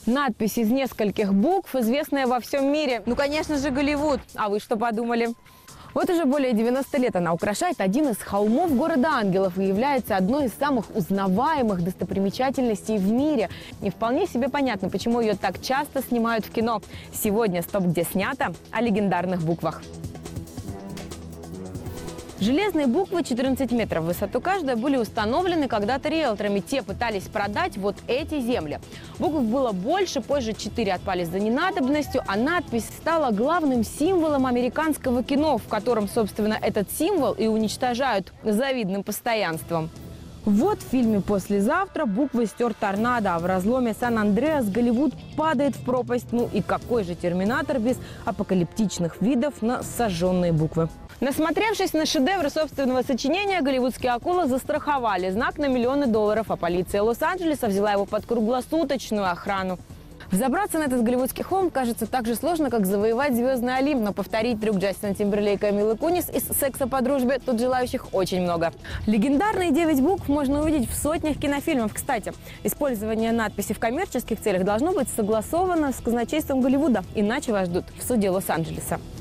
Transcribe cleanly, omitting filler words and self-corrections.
Надпись из нескольких букв, известная во всем мире. Ну, конечно же, Голливуд. А вы что подумали? Вот уже более 90 лет она украшает один из холмов города ангелов и является одной из самых узнаваемых достопримечательностей в мире. И вполне себе понятно, почему ее так часто снимают в кино. Сегодня «Стоп! Где снято» о легендарных буквах. Железные буквы 14 метров в высоту каждая были установлены когда-то риэлторами. Те пытались продать вот эти земли. Букв было больше, позже 4 отпали за ненадобностью, а надпись стала главным символом американского кино, в котором, собственно, этот символ и уничтожают с завидным постоянством. Вот в фильме «Послезавтра» буквы стер торнадо, а в разломе Сан-Андреас Голливуд падает в пропасть. Ну и какой же терминатор без апокалиптичных видов на сожженные буквы? Насмотревшись на шедевр собственного сочинения, голливудские акулы застраховали знак на миллионы долларов, а полиция Лос-Анджелеса взяла его под круглосуточную охрану. Взобраться на этот голливудский холм кажется так же сложно, как завоевать звездный Олимп, но повторить трюк Джастина Тимберлейка и Милы Кунис из «Секса по дружбе» тут желающих очень много. Легендарные 9 букв можно увидеть в сотнях кинофильмов. Кстати, использование надписи в коммерческих целях должно быть согласовано с казначейством Голливуда, иначе вас ждут в суде Лос-Анджелеса.